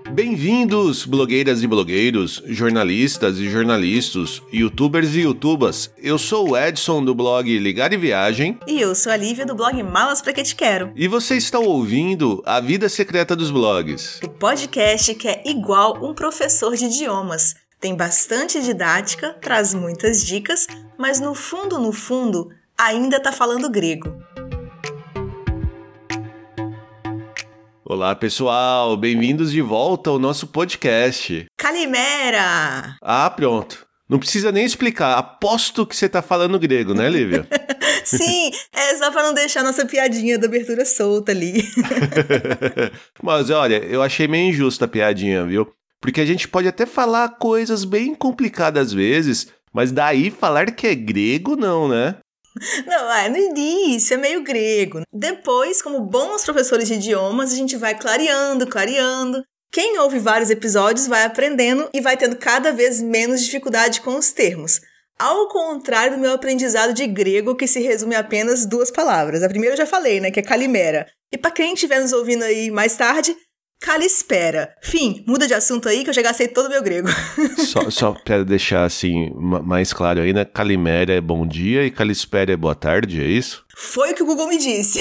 Bem-vindos, blogueiras e blogueiros, jornalistas e jornalistas, youtubers e youtubas. Eu sou o Edson do blog Ligar e Viagem. E eu sou a Lívia do blog Malas Pra Que Te Quero. E você está ouvindo A Vida Secreta dos Blogs. O podcast que é igual um professor de idiomas. Tem bastante didática, traz muitas dicas, mas no fundo, ainda tá falando grego. Olá pessoal, bem-vindos de volta ao nosso podcast. Kalimera! Ah, pronto. Não precisa nem explicar, aposto que você tá falando grego, né, Lívia? Sim, é só pra não deixar nossa piadinha da abertura solta ali. Mas olha, eu achei meio injusta a piadinha, viu? Porque a gente pode até falar coisas bem complicadas às vezes, mas daí falar que é grego não, né? Não, no início é meio grego. Depois, como bons professores de idiomas, a gente vai clareando. Quem ouve vários episódios vai aprendendo e vai tendo cada vez menos dificuldade com os termos. Ao contrário do meu aprendizado de grego, que se resume a apenas 2 palavras. A primeira eu já falei, né, que é kalimera. E pra quem estiver nos ouvindo aí mais tarde, kalispera. Fim, muda de assunto aí que eu já gastei todo o meu grego. Só pra deixar assim mais claro aí, né? Kalimera é bom dia e kalispera é boa tarde, é isso? Foi o que o Google me disse.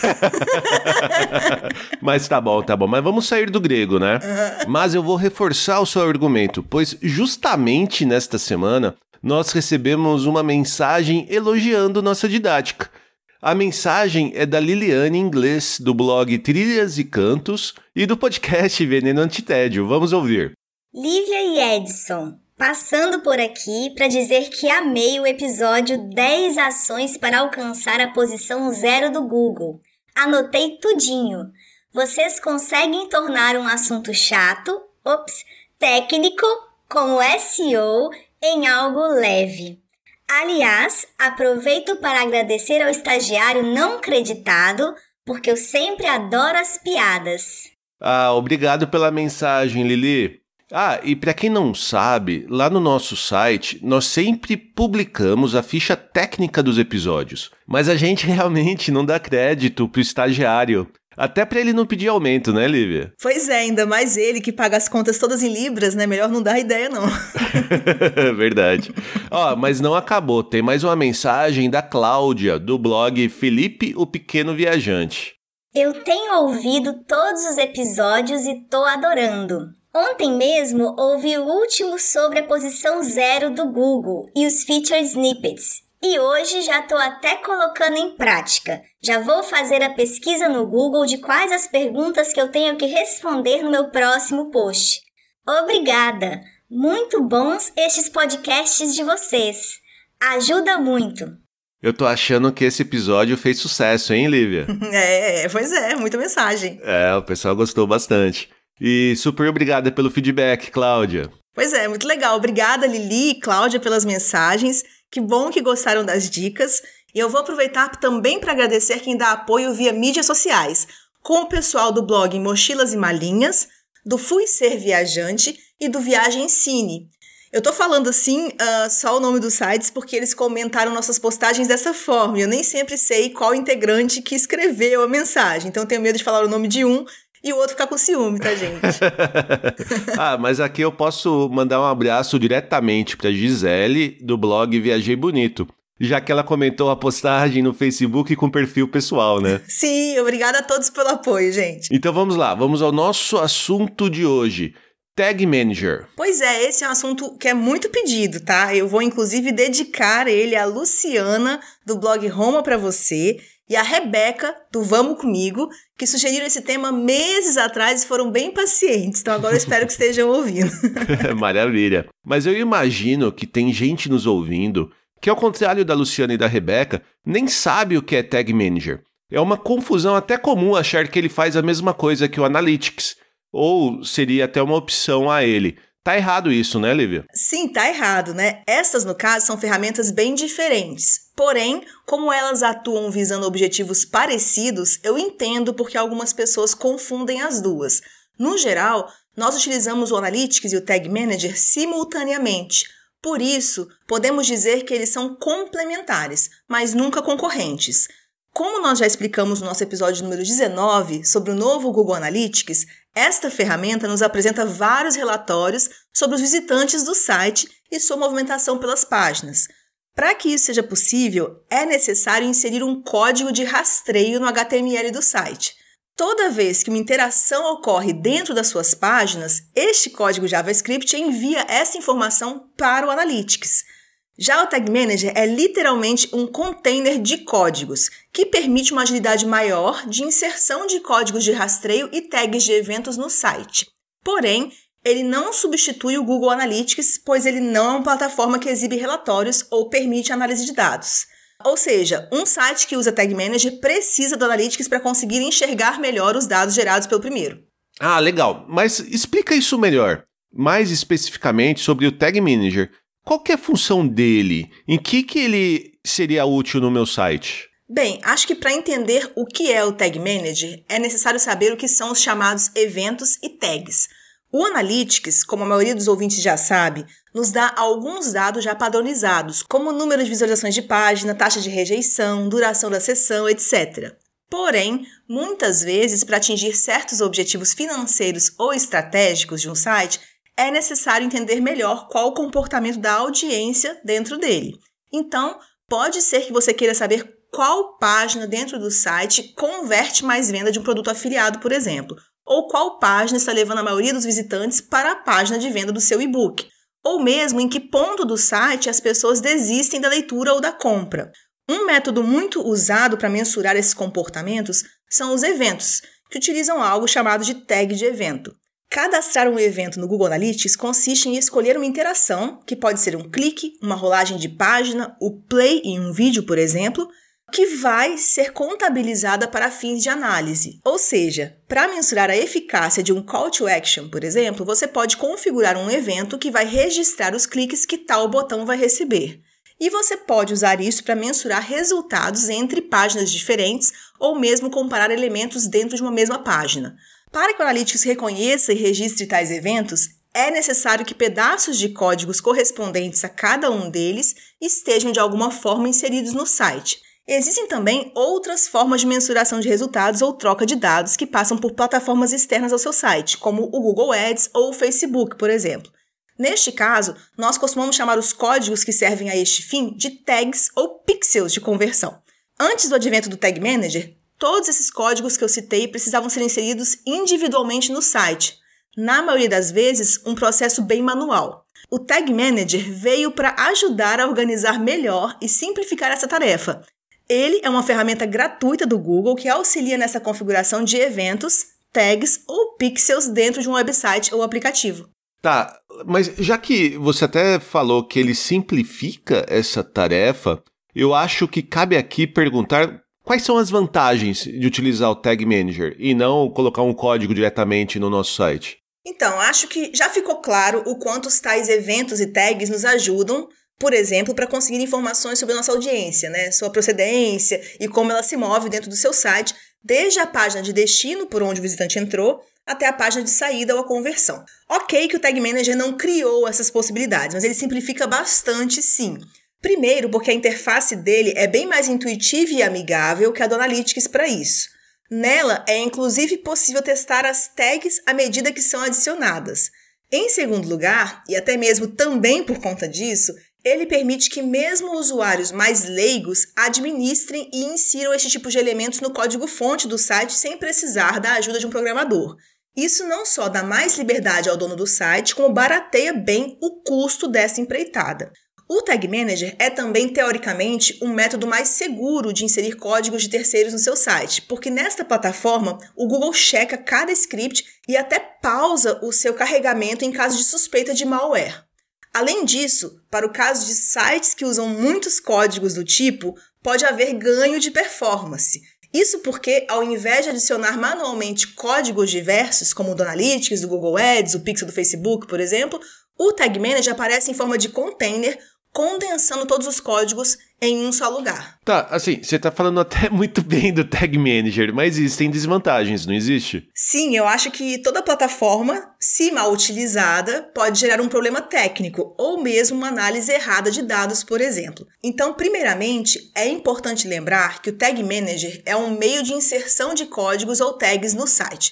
Mas tá bom. Mas vamos sair do grego, né? Mas eu vou reforçar o seu argumento, pois justamente nesta semana nós recebemos uma mensagem elogiando nossa didática. A mensagem é da Liliane Inglês, do blog Trilhas e Cantos e do podcast Veneno Antitédio. Vamos ouvir. Lívia e Edson, passando por aqui para dizer que amei o episódio 10 ações para alcançar a posição 0 do Google. Anotei tudinho. Vocês conseguem tornar um assunto chato, técnico, como SEO, em algo leve. Aliás, aproveito para agradecer ao estagiário não creditado, porque eu sempre adoro as piadas. Ah, obrigado pela mensagem, Lili. Ah, e para quem não sabe, lá no nosso site, nós sempre publicamos a ficha técnica dos episódios. Mas a gente realmente não dá crédito pro estagiário. Até pra ele não pedir aumento, né, Lívia? Pois é, ainda mais ele que paga as contas todas em libras, né? Melhor não dar ideia, não. Verdade. Mas não acabou. Tem mais uma mensagem da Cláudia, do blog Felipe o Pequeno Viajante. Eu tenho ouvido todos os episódios e tô adorando. Ontem mesmo ouvi o último sobre a posição 0 do Google e os featured snippets. E hoje já tô até colocando em prática. Já vou fazer a pesquisa no Google de quais as perguntas que eu tenho que responder no meu próximo post. Obrigada! Muito bons estes podcasts de vocês. Ajuda muito. Eu tô achando que esse episódio fez sucesso, hein, Lívia? Pois é, muita mensagem. O pessoal gostou bastante. E super obrigada pelo feedback, Cláudia. Pois é, muito legal. Obrigada, Lili e Cláudia, pelas mensagens. Que bom que gostaram das dicas. E eu vou aproveitar também para agradecer quem dá apoio via mídias sociais, com o pessoal do blog Mochilas e Malinhas, do Fui Ser Viajante e do Viagem Cine. Eu tô falando assim só o nome dos sites porque eles comentaram nossas postagens dessa forma. E eu nem sempre sei qual integrante que escreveu a mensagem. Então eu tenho medo de falar o nome de um e o outro ficar com ciúme, tá, gente? Mas aqui eu posso mandar um abraço diretamente pra Gisele, do blog Viajei Bonito, já que ela comentou a postagem no Facebook com perfil pessoal, né? Sim, obrigada a todos pelo apoio, gente. Então vamos lá, vamos ao nosso assunto de hoje. Tag Manager. Pois é, esse é um assunto que é muito pedido, tá? Eu vou inclusive dedicar ele à Luciana, do blog Roma Pra Você, e a Rebeca, do Vamos Comigo, que sugeriram esse tema meses atrás e foram bem pacientes. Então agora eu espero que estejam ouvindo. Maravilha. Mas eu imagino que tem gente nos ouvindo que, ao contrário da Luciana e da Rebeca, nem sabe o que é Tag Manager. É uma confusão até comum achar que ele faz a mesma coisa que o Analytics, ou seria até uma opção a ele. Tá errado isso, né, Lívia? Sim, tá errado, né? Essas, no caso, são ferramentas bem diferentes. Porém, como elas atuam visando objetivos parecidos, eu entendo porque algumas pessoas confundem as duas. No geral, nós utilizamos o Analytics e o Tag Manager simultaneamente. Por isso, podemos dizer que eles são complementares, mas nunca concorrentes. Como nós já explicamos no nosso episódio número 19 sobre o novo Google Analytics, Esta ferramenta nos apresenta vários relatórios sobre os visitantes do site e sua movimentação pelas páginas. Para que isso seja possível, é necessário inserir um código de rastreio no HTML do site. Toda vez que uma interação ocorre dentro das suas páginas, este código JavaScript envia essa informação para o Analytics. Já o Tag Manager é literalmente um container de códigos, que permite uma agilidade maior de inserção de códigos de rastreio e tags de eventos no site. Porém, ele não substitui o Google Analytics, pois ele não é uma plataforma que exibe relatórios ou permite análise de dados. Ou seja, um site que usa Tag Manager precisa do Analytics para conseguir enxergar melhor os dados gerados pelo primeiro. Ah, legal. Mas explica isso melhor. Mais especificamente sobre o Tag Manager. Qual que é a função dele? Em que ele seria útil no meu site? Bem, acho que para entender o que é o Tag Manager, é necessário saber o que são os chamados eventos e tags. O Analytics, como a maioria dos ouvintes já sabe, nos dá alguns dados já padronizados, como o número de visualizações de página, taxa de rejeição, duração da sessão, etc. Porém, muitas vezes, para atingir certos objetivos financeiros ou estratégicos de um site, é necessário entender melhor qual o comportamento da audiência dentro dele. Então, pode ser que você queira saber qual página dentro do site converte mais venda de um produto afiliado, por exemplo, ou qual página está levando a maioria dos visitantes para a página de venda do seu e-book, ou mesmo em que ponto do site as pessoas desistem da leitura ou da compra. Um método muito usado para mensurar esses comportamentos são os eventos, que utilizam algo chamado de tag de evento. Cadastrar um evento no Google Analytics consiste em escolher uma interação, que pode ser um clique, uma rolagem de página, o play em um vídeo, por exemplo, que vai ser contabilizada para fins de análise. Ou seja, para mensurar a eficácia de um call to action, por exemplo, você pode configurar um evento que vai registrar os cliques que tal botão vai receber. E você pode usar isso para mensurar resultados entre páginas diferentes ou mesmo comparar elementos dentro de uma mesma página. Para que o Analytics reconheça e registre tais eventos, é necessário que pedaços de códigos correspondentes a cada um deles estejam de alguma forma inseridos no site. Existem também outras formas de mensuração de resultados ou troca de dados que passam por plataformas externas ao seu site, como o Google Ads ou o Facebook, por exemplo. Neste caso, nós costumamos chamar os códigos que servem a este fim de tags ou pixels de conversão. Antes do advento do Tag Manager, todos esses códigos que eu citei precisavam ser inseridos individualmente no site. Na maioria das vezes, um processo bem manual. O Tag Manager veio para ajudar a organizar melhor e simplificar essa tarefa. Ele é uma ferramenta gratuita do Google que auxilia nessa configuração de eventos, tags ou pixels dentro de um website ou aplicativo. Tá, mas já que você até falou que ele simplifica essa tarefa, eu acho que cabe aqui perguntar quais são as vantagens de utilizar o Tag Manager e não colocar um código diretamente no nosso site. Então, acho que já ficou claro o quanto os tais eventos e tags nos ajudam, por exemplo, para conseguir informações sobre a nossa audiência, sua procedência e como ela se move dentro do seu site, desde a página de destino, por onde o visitante entrou, até a página de saída ou a conversão. Ok que o Tag Manager não criou essas possibilidades, mas ele simplifica bastante sim. Primeiro, porque a interface dele é bem mais intuitiva e amigável que a do Analytics para isso. Nela, é inclusive possível testar as tags à medida que são adicionadas. Em segundo lugar, e até mesmo também por conta disso, ele permite que mesmo usuários mais leigos administrem e insiram este tipo de elementos no código-fonte do site sem precisar da ajuda de um programador. Isso não só dá mais liberdade ao dono do site, como barateia bem o custo dessa empreitada. O Tag Manager é também, teoricamente, um método mais seguro de inserir códigos de terceiros no seu site, porque nesta plataforma o Google checa cada script e até pausa o seu carregamento em caso de suspeita de malware. Além disso, para o caso de sites que usam muitos códigos do tipo, pode haver ganho de performance. Isso porque, ao invés de adicionar manualmente códigos diversos, como o do Analytics, do Google Ads, o Pixel do Facebook, por exemplo, o Tag Manager aparece em forma de container, condensando todos os códigos em um só lugar. Tá, assim, você tá falando até muito bem do Tag Manager, mas existem desvantagens, não existe? Sim, eu acho que toda plataforma, se mal utilizada, pode gerar um problema técnico ou mesmo uma análise errada de dados, por exemplo. Então, primeiramente, é importante lembrar que o Tag Manager é um meio de inserção de códigos ou tags no site.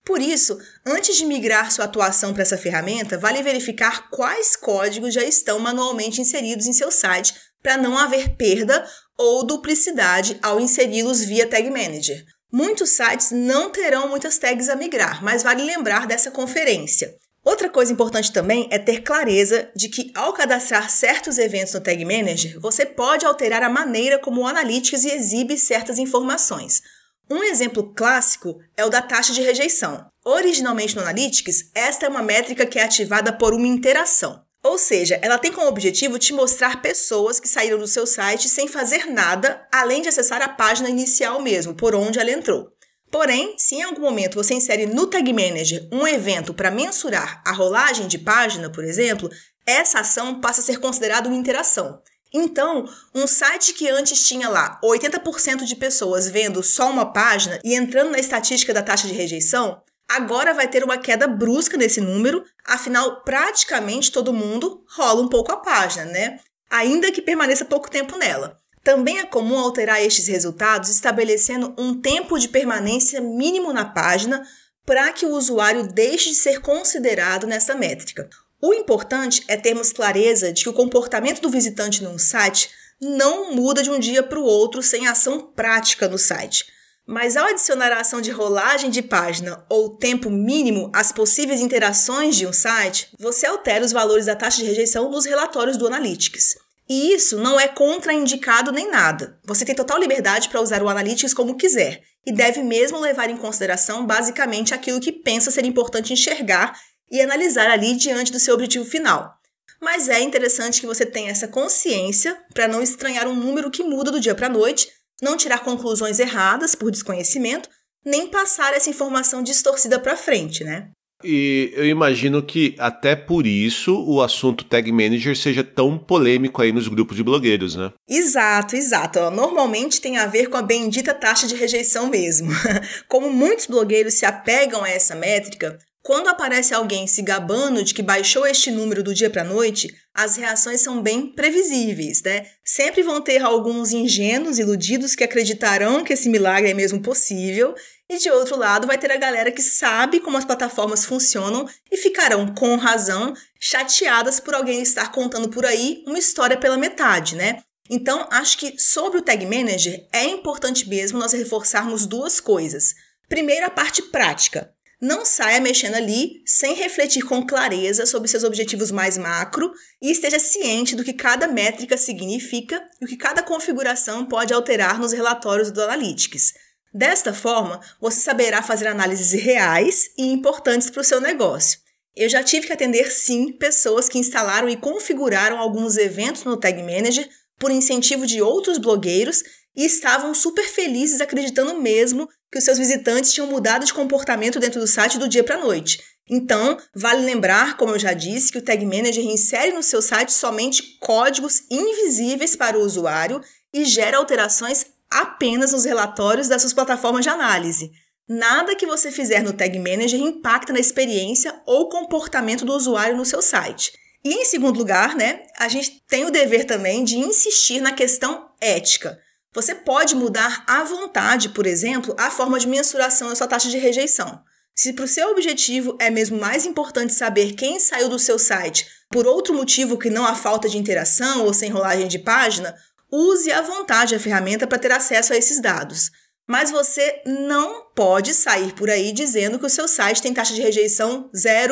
Por isso, antes de migrar sua atuação para essa ferramenta, vale verificar quais códigos já estão manualmente inseridos em seu site para não haver perda ou duplicidade ao inseri-los via Tag Manager. Muitos sites não terão muitas tags a migrar, mas vale lembrar dessa conferência. Outra coisa importante também é ter clareza de que, ao cadastrar certos eventos no Tag Manager, você pode alterar a maneira como o Analytics exibe certas informações. Um exemplo clássico é o da taxa de rejeição. Originalmente no Analytics, esta é uma métrica que é ativada por uma interação. Ou seja, ela tem como objetivo te mostrar pessoas que saíram do seu site sem fazer nada, além de acessar a página inicial mesmo, por onde ela entrou. Porém, se em algum momento você insere no Tag Manager um evento para mensurar a rolagem de página, por exemplo, essa ação passa a ser considerada uma interação. Então, um site que antes tinha lá 80% de pessoas vendo só uma página e entrando na estatística da taxa de rejeição, agora vai ter uma queda brusca nesse número, afinal, praticamente todo mundo rola um pouco a página, né? Ainda que permaneça pouco tempo nela. Também é comum alterar estes resultados estabelecendo um tempo de permanência mínimo na página para que o usuário deixe de ser considerado nessa métrica. O importante é termos clareza de que o comportamento do visitante num site não muda de um dia para o outro sem ação prática no site. Mas ao adicionar a ação de rolagem de página ou tempo mínimo às possíveis interações de um site, você altera os valores da taxa de rejeição nos relatórios do Analytics. E isso não é contraindicado nem nada. Você tem total liberdade para usar o Analytics como quiser e deve mesmo levar em consideração basicamente aquilo que pensa ser importante enxergar e analisar ali diante do seu objetivo final. Mas é interessante que você tenha essa consciência para não estranhar um número que muda do dia para a noite, não tirar conclusões erradas por desconhecimento, nem passar essa informação distorcida para frente, né? E eu imagino que até por isso o assunto Tag Manager seja tão polêmico aí nos grupos de blogueiros, né? Exato. Normalmente tem a ver com a bendita taxa de rejeição mesmo. Como muitos blogueiros se apegam a essa métrica, quando aparece alguém se gabando de que baixou este número do dia para a noite, as reações são bem previsíveis, né? Sempre vão ter alguns ingênuos, iludidos, que acreditarão que esse milagre é mesmo possível, e de outro lado vai ter a galera que sabe como as plataformas funcionam e ficarão, com razão, chateadas por alguém estar contando por aí uma história pela metade, né? Então, acho que sobre o Tag Manager é importante mesmo nós reforçarmos duas coisas. Primeiro, a parte prática. Não saia mexendo ali sem refletir com clareza sobre seus objetivos mais macro e esteja ciente do que cada métrica significa e o que cada configuração pode alterar nos relatórios do Analytics. Desta forma, você saberá fazer análises reais e importantes para o seu negócio. Eu já tive que atender, sim, pessoas que instalaram e configuraram alguns eventos no Tag Manager por incentivo de outros blogueiros e estavam super felizes acreditando mesmo que os seus visitantes tinham mudado de comportamento dentro do site do dia para a noite. Então, vale lembrar, como eu já disse, que o Tag Manager insere no seu site somente códigos invisíveis para o usuário e gera alterações apenas nos relatórios das suas plataformas de análise. Nada que você fizer no Tag Manager impacta na experiência ou comportamento do usuário no seu site. E em segundo lugar, a gente tem o dever também de insistir na questão ética. Você pode mudar à vontade, por exemplo, a forma de mensuração da sua taxa de rejeição. Se para o seu objetivo é mesmo mais importante saber quem saiu do seu site por outro motivo que não a falta de interação ou sem rolagem de página, use à vontade a ferramenta para ter acesso a esses dados. Mas você não pode sair por aí dizendo que o seu site tem taxa de rejeição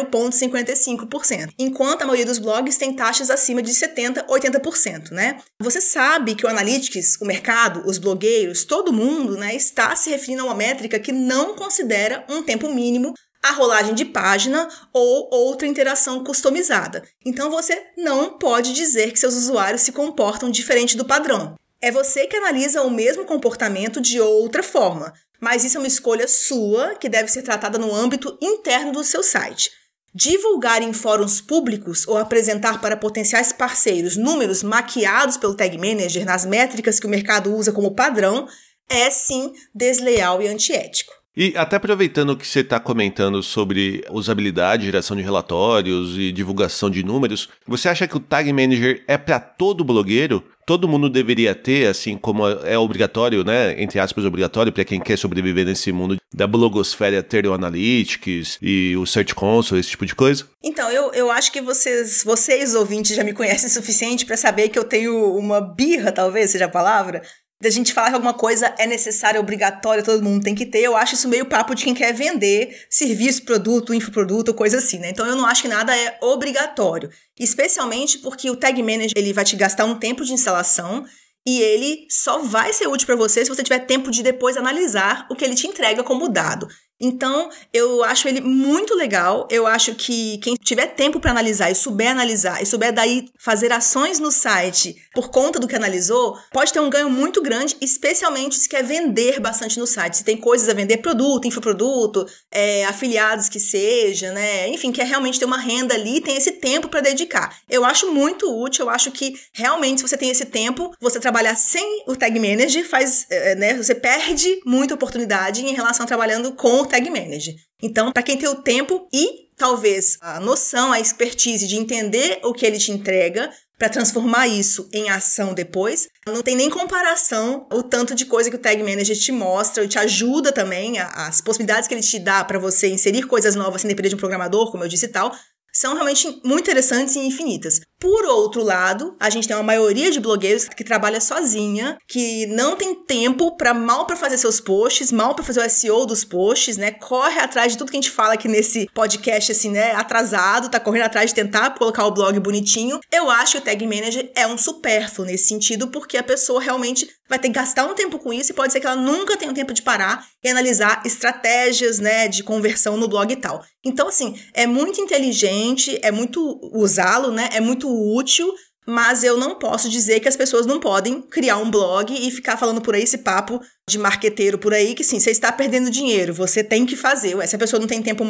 0,55%, enquanto a maioria dos blogs tem taxas acima de 70%, 80%, né? Você sabe que o Analytics, o mercado, os blogueiros, todo mundo, está se referindo a uma métrica que não considera um tempo mínimo a rolagem de página ou outra interação customizada. Então você não pode dizer que seus usuários se comportam diferente do padrão. É você que analisa o mesmo comportamento de outra forma, mas isso é uma escolha sua que deve ser tratada no âmbito interno do seu site. Divulgar em fóruns públicos ou apresentar para potenciais parceiros números maquiados pelo Tag Manager nas métricas que o mercado usa como padrão é sim desleal e antiético. E até aproveitando que você está comentando sobre usabilidade, geração de relatórios e divulgação de números, você acha que o Tag Manager é para todo blogueiro? Todo mundo deveria ter, assim como é obrigatório, né? Entre aspas, obrigatório para quem quer sobreviver nesse mundo da blogosfera, ter o Analytics e o Search Console, esse tipo de coisa? Então, eu acho que vocês ouvintes, já me conhecem o suficiente para saber que eu tenho uma birra, talvez seja a palavra, da gente falar que alguma coisa é necessária, obrigatória, todo mundo tem que ter. Eu acho isso meio papo de quem quer vender serviço, produto, infoproduto, coisa assim, né? Então eu não acho que nada é obrigatório. Especialmente porque o Tag Manager, ele vai te gastar um tempo de instalação e ele só vai ser útil para você se você tiver tempo de depois analisar o que ele te entrega como dado. Então, eu acho ele muito legal. Eu acho que quem tiver tempo para analisar e souber daí fazer ações no site por conta do que analisou, pode ter um ganho muito grande, especialmente se quer vender bastante no site. Se tem coisas a vender, produto, infoproduto, afiliados que seja, né? Enfim, quer realmente ter uma renda ali, tem esse tempo para dedicar. Eu acho muito útil, eu acho que realmente se você tem esse tempo, você trabalhar sem o Tag Manager você perde muita oportunidade em relação a trabalhando com o Tag Manager. Então, para quem tem o tempo e talvez a noção, a expertise de entender o que ele te entrega, para transformar isso em ação depois, não tem nem comparação o tanto de coisa que o Tag Manager te mostra e te ajuda também, as possibilidades que ele te dá para você inserir coisas novas sem depender de um programador, como eu disse e tal, são realmente muito interessantes e infinitas. Por outro lado, a gente tem uma maioria de blogueiros que trabalha sozinha, que não tem tempo mal para fazer seus posts, mal para fazer o SEO dos posts, né? Corre atrás de tudo que a gente fala aqui nesse podcast, assim, né? Atrasado, tá correndo atrás de tentar colocar o blog bonitinho. Eu acho que o Tag Manager é um supérfluo nesse sentido, porque a pessoa realmente vai ter que gastar um tempo com isso e pode ser que ela nunca tenha tempo de parar e analisar estratégias, né, de conversão no blog e tal. Então, assim, é muito inteligente, é muito usá-lo, né, é muito útil, mas eu não posso dizer que as pessoas não podem criar um blog e ficar falando por aí esse papo de marqueteiro por aí, que sim, você está perdendo dinheiro, você tem que fazer. Se a pessoa não tem tempo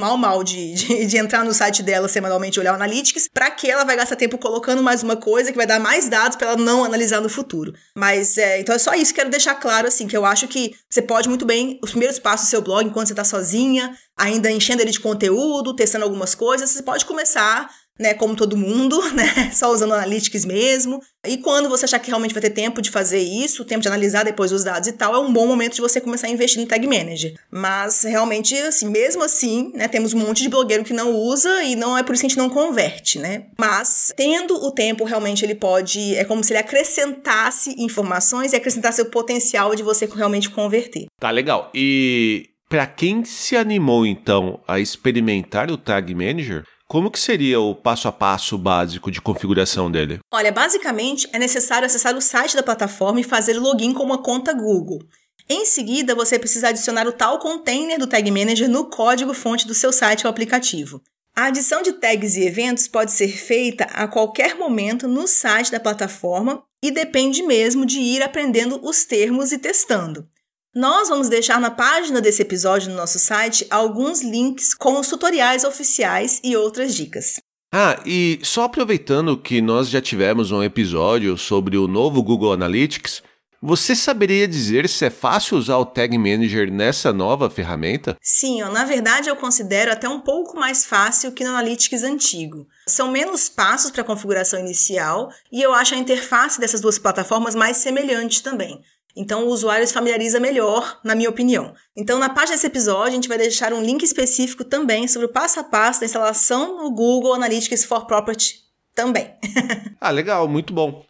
de entrar no site dela semanalmente e olhar o Analytics, pra que ela vai gastar tempo colocando mais uma coisa que vai dar mais dados pra ela não analisar no futuro? Mas, então é só isso, quero deixar claro, assim, que eu acho que você pode muito bem, os primeiros passos do seu blog, enquanto você tá sozinha, ainda enchendo ele de conteúdo, testando algumas coisas, você pode começar, né, como todo mundo, né, só usando Analytics mesmo. E quando você achar que realmente vai ter tempo de fazer isso, tempo de analisar depois os dados e tal, é um bom momento de você começar a investir no Tag Manager. Mas, realmente, assim, mesmo assim, né, temos um monte de blogueiro que não usa e não é por isso que a gente não converte, né. Mas, tendo o tempo, realmente, ele pode, é como se ele acrescentasse informações e acrescentasse o potencial de você realmente converter. Tá, legal. E para quem se animou, então, a experimentar o Tag Manager, como que seria o passo a passo básico de configuração dele? Olha, basicamente é necessário acessar o site da plataforma e fazer o login com uma conta Google. Em seguida, você precisa adicionar o tal container do Tag Manager no código-fonte do seu site ou aplicativo. A adição de tags e eventos pode ser feita a qualquer momento no site da plataforma e depende mesmo de ir aprendendo os termos e testando. Nós vamos deixar na página desse episódio no nosso site alguns links com os tutoriais oficiais e outras dicas. Ah, e só aproveitando que nós já tivemos um episódio sobre o novo Google Analytics, você saberia dizer se é fácil usar o Tag Manager nessa nova ferramenta? Sim, na verdade eu considero até um pouco mais fácil que no Analytics antigo. São menos passos para a configuração inicial e eu acho a interface dessas duas plataformas mais semelhante também. Então, o usuário se familiariza melhor, na minha opinião. Então, na página desse episódio, a gente vai deixar um link específico também sobre o passo a passo da instalação no Google Analytics for Property também. Ah, legal, muito bom.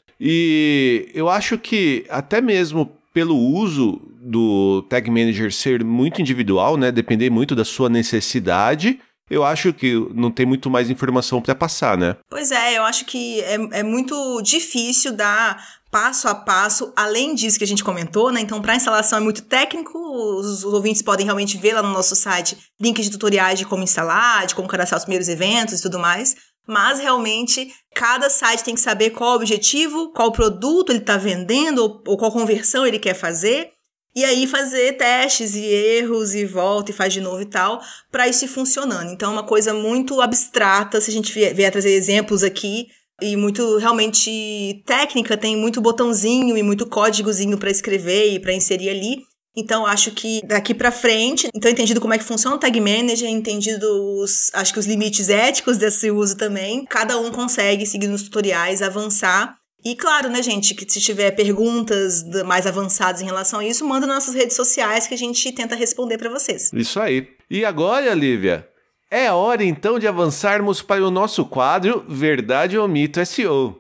E eu acho que até mesmo pelo uso do Tag Manager ser muito individual, né, depender muito da sua necessidade, eu acho que não tem muito mais informação para passar, né? Pois é, eu acho que é muito difícil dar passo a passo, além disso que a gente comentou, né? Então, para a instalação é muito técnico, os ouvintes podem realmente ver lá no nosso site links de tutoriais de como instalar, de como cadastrar os primeiros eventos e tudo mais, mas realmente cada site tem que saber qual o objetivo, qual produto ele está vendendo ou qual conversão ele quer fazer, e aí fazer testes e erros e volta e faz de novo e tal, para isso ir funcionando. Então, é uma coisa muito abstrata, se a gente vier trazer exemplos aqui, e muito realmente técnica, tem muito botãozinho e muito códigozinho para escrever e para inserir ali. Então, acho que daqui pra frente, então entendido como é que funciona o Tag Manager, entendido acho que os limites éticos desse uso também, cada um consegue, seguir nos tutoriais, avançar. E claro, né, gente, que se tiver perguntas mais avançadas em relação a isso, manda nas nossas redes sociais que a gente tenta responder pra vocês. Isso aí. E agora, Lívia, é hora então de avançarmos para o nosso quadro Verdade ou Mito SEO.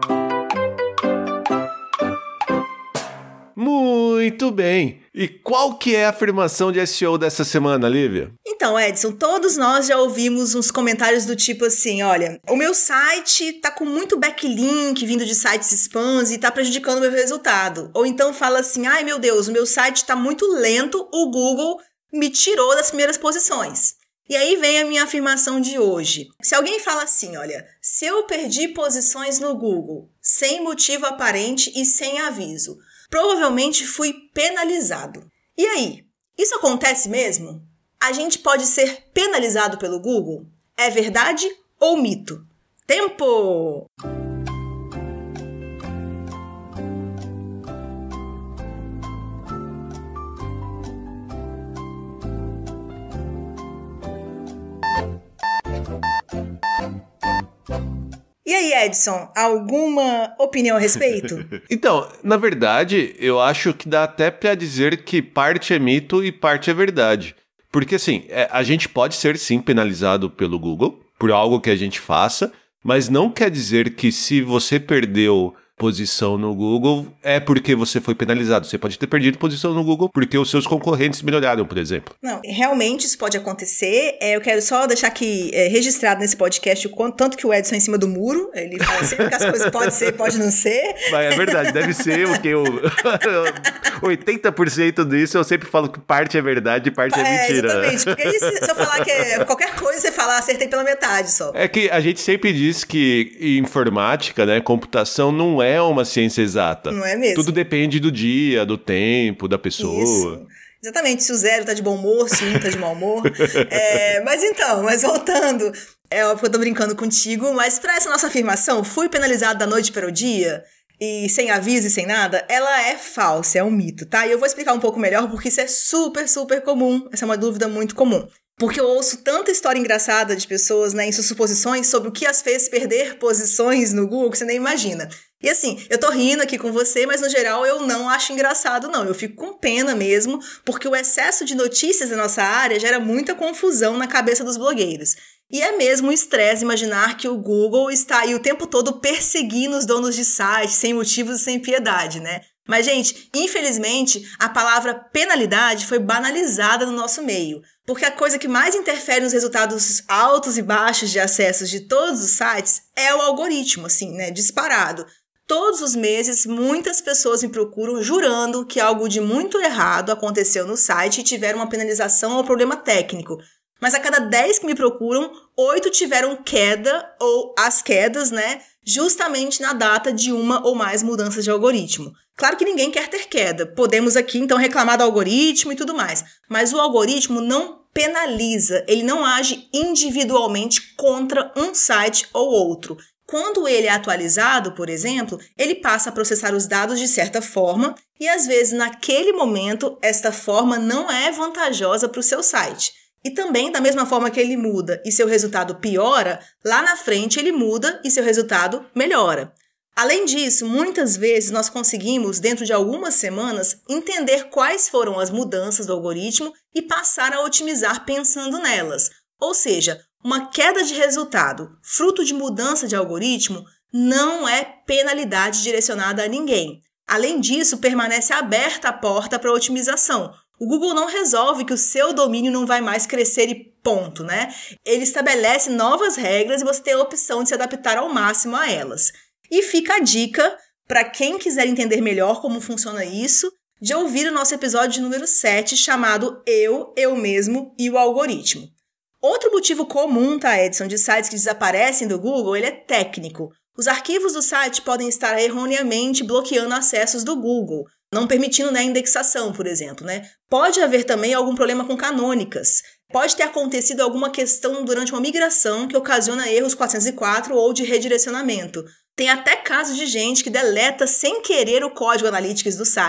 Muito bem. E qual que é a afirmação de SEO dessa semana, Lívia? Então, Edson, todos nós já ouvimos uns comentários do tipo assim, olha, o meu site tá com muito backlink vindo de sites spams e tá prejudicando o meu resultado. Ou então fala assim, ai meu Deus, o meu site tá muito lento, o Google me tirou das primeiras posições. E aí vem a minha afirmação de hoje. Se alguém fala assim, olha, se eu perdi posições no Google sem motivo aparente e sem aviso, provavelmente fui penalizado. E aí, isso acontece mesmo? A gente pode ser penalizado pelo Google? É verdade ou mito? Tempo! E aí, Edson, alguma opinião a respeito? Então, na verdade, eu acho que dá até pra dizer que parte é mito e parte é verdade. Porque, assim, a gente pode ser, sim, penalizado pelo Google por algo que a gente faça, mas não quer dizer que se você perdeu posição no Google é porque você foi penalizado. Você pode ter perdido posição no Google porque os seus concorrentes melhoraram, por exemplo. Não, realmente isso pode acontecer. Eu quero só deixar aqui registrado nesse podcast o tanto que o Edson é em cima do muro. Ele fala sempre que as coisas podem ser, pode não ser. Mas é verdade, deve ser o que 80% disso eu sempre falo que parte é verdade e parte é mentira. Exatamente, porque aí se eu falar que qualquer coisa, você fala acertei pela metade só. É que a gente sempre diz que informática, né, computação não é uma ciência exata. Não é mesmo. Tudo depende do dia, do tempo, da pessoa. Isso. Exatamente, se o 0 tá de bom humor, se o 1 tá de mau humor. Mas voltando, é óbvio que eu tô brincando contigo, mas pra essa nossa afirmação, fui penalizado da noite para o dia, e sem aviso e sem nada, ela é falsa, é um mito, tá? E eu vou explicar um pouco melhor, porque isso é super, super comum, essa é uma dúvida muito comum. Porque eu ouço tanta história engraçada de pessoas, né, em suas suposições sobre o que as fez perder posições no Google que você nem imagina. E assim, eu tô rindo aqui com você, mas no geral eu não acho engraçado não, eu fico com pena mesmo, porque o excesso de notícias da nossa área gera muita confusão na cabeça dos blogueiros. E é mesmo um estresse imaginar que o Google está aí o tempo todo perseguindo os donos de sites, sem motivos e sem piedade, né? Mas, gente, infelizmente, a palavra penalidade foi banalizada no nosso meio, porque a coisa que mais interfere nos resultados altos e baixos de acessos de todos os sites é o algoritmo, assim, né, disparado. Todos os meses, muitas pessoas me procuram jurando que algo de muito errado aconteceu no site e tiveram uma penalização ou problema técnico. Mas a cada 10 que me procuram, 8 tiveram queda ou as quedas, né, justamente na data de uma ou mais mudanças de algoritmo. Claro que ninguém quer ter queda. Podemos aqui, então, reclamar do algoritmo e tudo mais. Mas o algoritmo não penaliza, ele não age individualmente contra um site ou outro. Quando ele é atualizado, por exemplo, ele passa a processar os dados de certa forma e, às vezes, naquele momento, esta forma não é vantajosa para o seu site. E também, da mesma forma que ele muda e seu resultado piora, lá na frente ele muda e seu resultado melhora. Além disso, muitas vezes nós conseguimos, dentro de algumas semanas, entender quais foram as mudanças do algoritmo e passar a otimizar pensando nelas. Ou seja, uma queda de resultado, fruto de mudança de algoritmo, não é penalidade direcionada a ninguém. Além disso, permanece aberta a porta para a otimização. O Google não resolve que o seu domínio não vai mais crescer e ponto, né? Ele estabelece novas regras e você tem a opção de se adaptar ao máximo a elas. E fica a dica, para quem quiser entender melhor como funciona isso, de ouvir o nosso episódio número 7, chamado Eu Mesmo e o Algoritmo. Outro motivo comum, tá, Edson, de sites que desaparecem do Google, ele é técnico. Os arquivos do site podem estar erroneamente bloqueando acessos do Google, não permitindo, né, indexação, por exemplo, né? Pode haver também algum problema com canônicas. Pode ter acontecido alguma questão durante uma migração que ocasiona erros 404 ou de redirecionamento. Tem até casos de gente que deleta sem querer o código analytics do site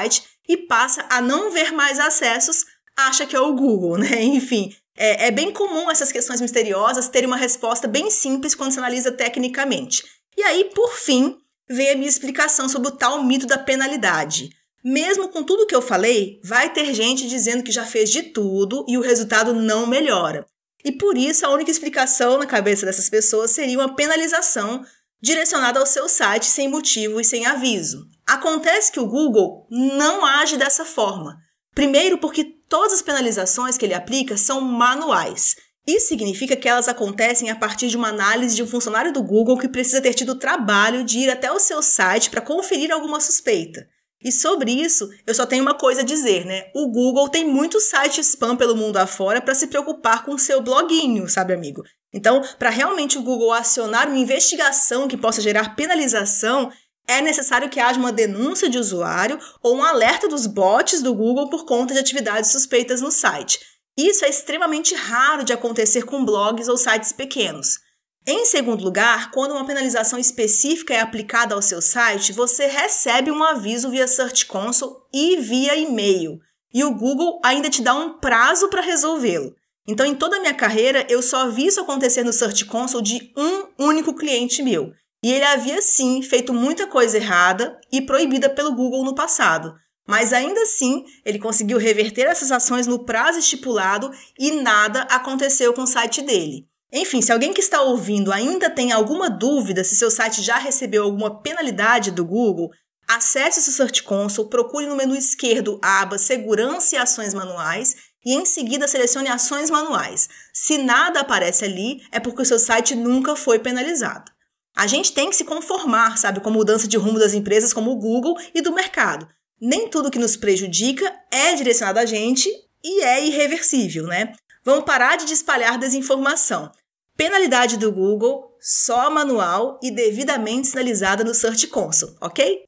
e passa a não ver mais acessos, acha que é o Google, né? Enfim, é bem comum essas questões misteriosas terem uma resposta bem simples quando se analisa tecnicamente. E aí, por fim, veio a minha explicação sobre o tal mito da penalidade. Mesmo com tudo que eu falei, vai ter gente dizendo que já fez de tudo e o resultado não melhora. E por isso, a única explicação na cabeça dessas pessoas seria uma penalização direcionada ao seu site sem motivo e sem aviso. Acontece que o Google não age dessa forma. Primeiro, porque todas as penalizações que ele aplica são manuais. Isso significa que elas acontecem a partir de uma análise de um funcionário do Google que precisa ter tido o trabalho de ir até o seu site para conferir alguma suspeita. E sobre isso, eu só tenho uma coisa a dizer, né? O Google tem muito site spam pelo mundo afora para se preocupar com o seu bloguinho, sabe, amigo? Então, para realmente o Google acionar uma investigação que possa gerar penalização, é necessário que haja uma denúncia de usuário ou um alerta dos bots do Google por conta de atividades suspeitas no site. Isso é extremamente raro de acontecer com blogs ou sites pequenos. Em segundo lugar, quando uma penalização específica é aplicada ao seu site, você recebe um aviso via Search Console e via e-mail. E o Google ainda te dá um prazo para resolvê-lo. Então, em toda a minha carreira, eu só vi isso acontecer no Search Console de um único cliente meu. E ele havia, sim, feito muita coisa errada e proibida pelo Google no passado. Mas ainda assim, ele conseguiu reverter essas ações no prazo estipulado e nada aconteceu com o site dele. Enfim, se alguém que está ouvindo ainda tem alguma dúvida se seu site já recebeu alguma penalidade do Google, acesse o Search Console, procure no menu esquerdo a aba Segurança e Ações Manuais e em seguida selecione Ações Manuais. Se nada aparece ali, é porque o seu site nunca foi penalizado. A gente tem que se conformar, sabe, com a mudança de rumo das empresas como o Google e do mercado. Nem tudo que nos prejudica é direcionado a gente e é irreversível, né? Vamos parar de espalhar desinformação. Penalidade do Google, só manual e devidamente sinalizada no Search Console, ok?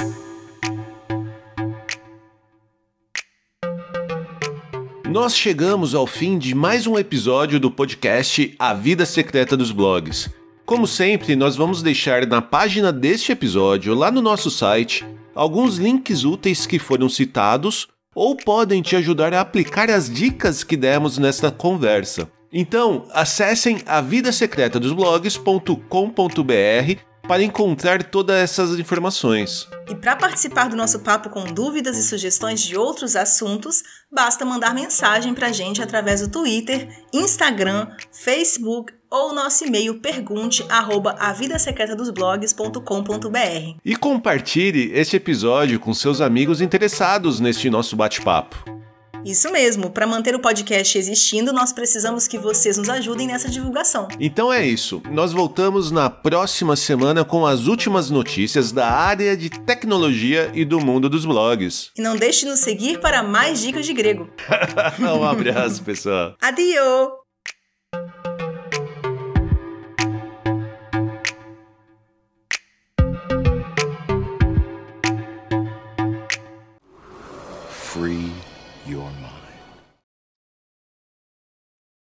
Nós chegamos ao fim de mais um episódio do podcast A Vida Secreta dos Blogs. Como sempre, nós vamos deixar na página deste episódio, lá no nosso site, alguns links úteis que foram citados ou podem te ajudar a aplicar as dicas que demos nesta conversa. Então, acessem avidasecretadosblogs.com.br para encontrar todas essas informações. E para participar do nosso papo com dúvidas e sugestões de outros assuntos, basta mandar mensagem para a gente através do Twitter, Instagram, Facebook ou nosso e-mail pergunte@avidasecretadosblogs.com.br. E compartilhe este episódio com seus amigos interessados neste nosso bate-papo. Isso mesmo, para manter o podcast existindo, nós precisamos que vocês nos ajudem nessa divulgação. Então é isso, nós voltamos na próxima semana com as últimas notícias da área de tecnologia e do mundo dos blogs. E não deixe de nos seguir para mais dicas de grego. Um abraço, pessoal. Adio! Free your mind.